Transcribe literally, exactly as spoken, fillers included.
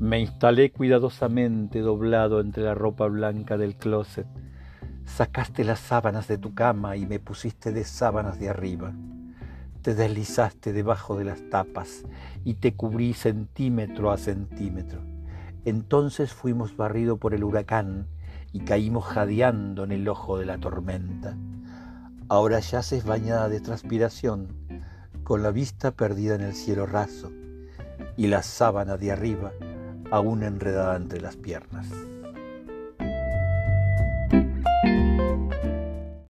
Me instalé cuidadosamente doblado entre la ropa blanca del closet. Sacaste las sábanas de tu cama y me pusiste de sábanas de arriba. Te deslizaste debajo de las tapas y te cubrí centímetro a centímetro. Entonces fuimos barrido por el huracán y caímos jadeando en el ojo de la tormenta. Ahora yaces bañada de transpiración, con la vista perdida en el cielo raso y la sábana de arriba aún enredada entre las piernas.